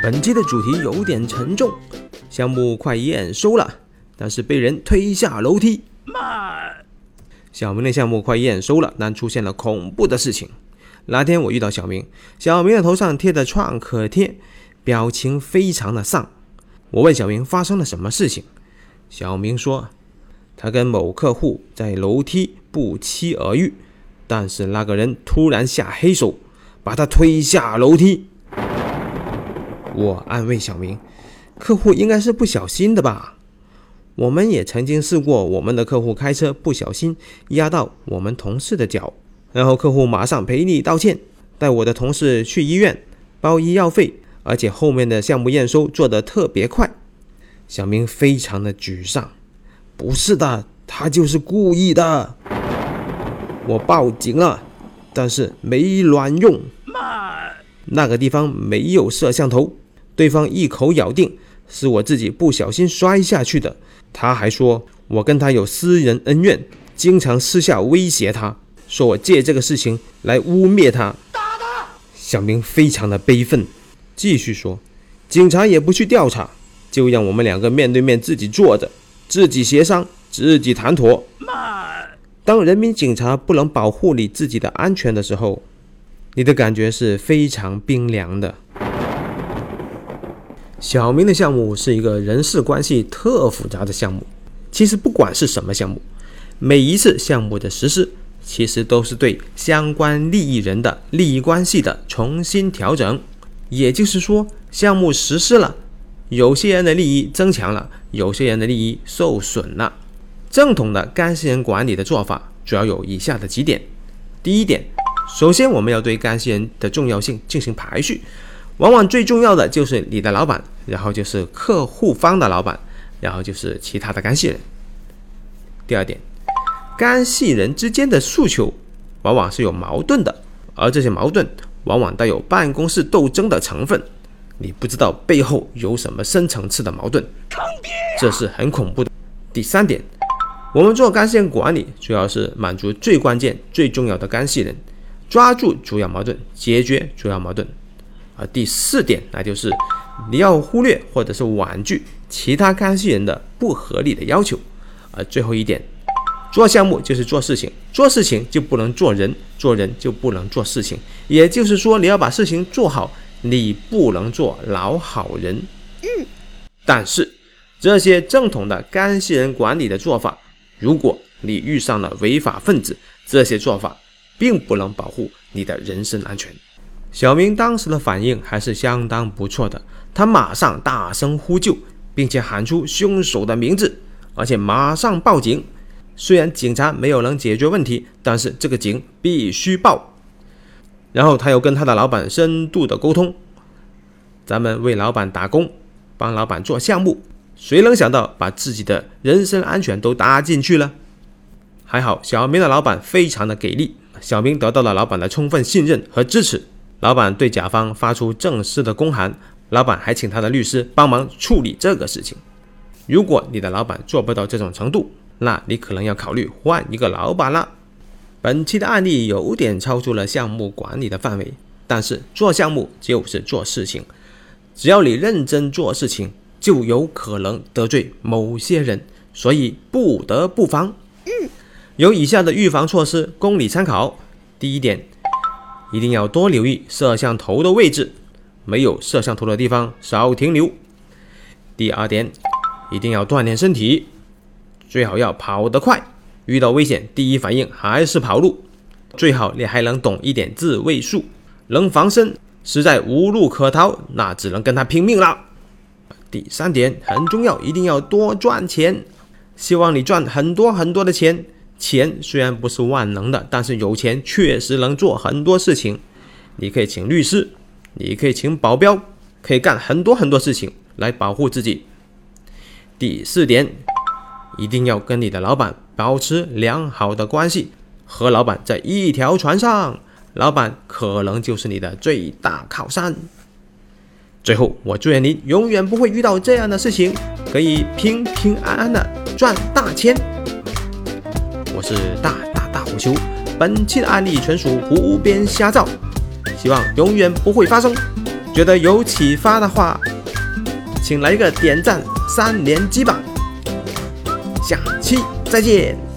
本期的主题有点沉重，项目快验收了，但是被人推下楼梯。小明的项目快验收了，但出现了恐怖的事情。那天我遇到小明，小明的头上贴着创可贴，表情非常的丧。我问小明发生了什么事情，小明说他跟某客户在楼梯不期而遇，但是那个人突然下黑手，把他推下楼梯。我安慰小明，客户应该是不小心的吧，我们也曾经试过我们的客户开车不小心压到我们同事的脚，然后客户马上赔礼道歉，带我的同事去医院包医药费，而且后面的项目验收做得特别快。小明非常的沮丧，不是的，他就是故意的。我报警了，但是没卵用，那个地方没有摄像头，对方一口咬定是我自己不小心摔下去的。他还说我跟他有私人恩怨，经常私下威胁他，说我借这个事情来污蔑他。小明非常的悲愤，继续说警察也不去调查，就让我们两个面对面自己坐着，自己协商，自己谈妥。当人民警察不能保护你自己的安全的时候，你的感觉是非常冰凉的。小明的项目是一个人事关系特复杂的项目，其实不管是什么项目，每一次项目的实施其实都是对相关利益人的利益关系的重新调整。也就是说，项目实施了，有些人的利益增强了，有些人的利益受损了。正统的干系人管理的做法主要有以下的几点。第一点，首先我们要对干系人的重要性进行排序，往往最重要的就是你的老板，然后就是客户方的老板，然后就是其他的干系人。第二点，干系人之间的诉求往往是有矛盾的，而这些矛盾往往带有办公室斗争的成分，你不知道背后有什么深层次的矛盾，这是很恐怖的。第三点，我们做干系人管理主要是满足最关键最重要的干系人，抓住主要矛盾，解决主要矛盾。而第四点，那就是你要忽略或者是婉拒其他干系人的不合理的要求。而最后一点，做项目就是做事情，做事情就不能做人，做人就不能做事情。也就是说，你要把事情做好，你不能做老好人。但是这些正统的干系人管理的做法，如果你遇上了违法分子，这些做法并不能保护你的人身安全。小明当时的反应还是相当不错的，他马上大声呼救，并且喊出凶手的名字，而且马上报警。虽然警察没有能解决问题，但是这个警必须报。然后他又跟他的老板深度的沟通，咱们为老板打工，帮老板做项目，谁能想到把自己的人身安全都搭进去了。还好小明的老板非常的给力，小明得到了老板的充分信任和支持，老板对甲方发出正式的公函，老板还请他的律师帮忙处理这个事情。如果你的老板做不到这种程度，那你可能要考虑换一个老板了。本期的案例有点超出了项目管理的范围，但是做项目就是做事情，只要你认真做事情，就有可能得罪某些人，所以不得不防。有以下的预防措施供你参考。第一点，一定要多留意摄像头的位置，没有摄像头的地方少停留。第二点，一定要锻炼身体，最好要跑得快，遇到危险第一反应还是跑路，最好你还能懂一点自卫术，能防身，实在无路可逃，那只能跟他拼命了。第三点很重要，一定要多赚钱，希望你赚很多很多的钱。钱虽然不是万能的，但是有钱确实能做很多事情。你可以请律师，你可以请保镖，可以干很多很多事情来保护自己。第四点，一定要跟你的老板保持良好的关系，和老板在一条船上，老板可能就是你的最大靠山。最后，我祝愿您永远不会遇到这样的事情，可以平平安安的赚大钱。我是大虎球，本期的案例纯属胡编瞎造，希望永远不会发生。 觉得有启发的话，请来一个点赞3连击吧。下期再见。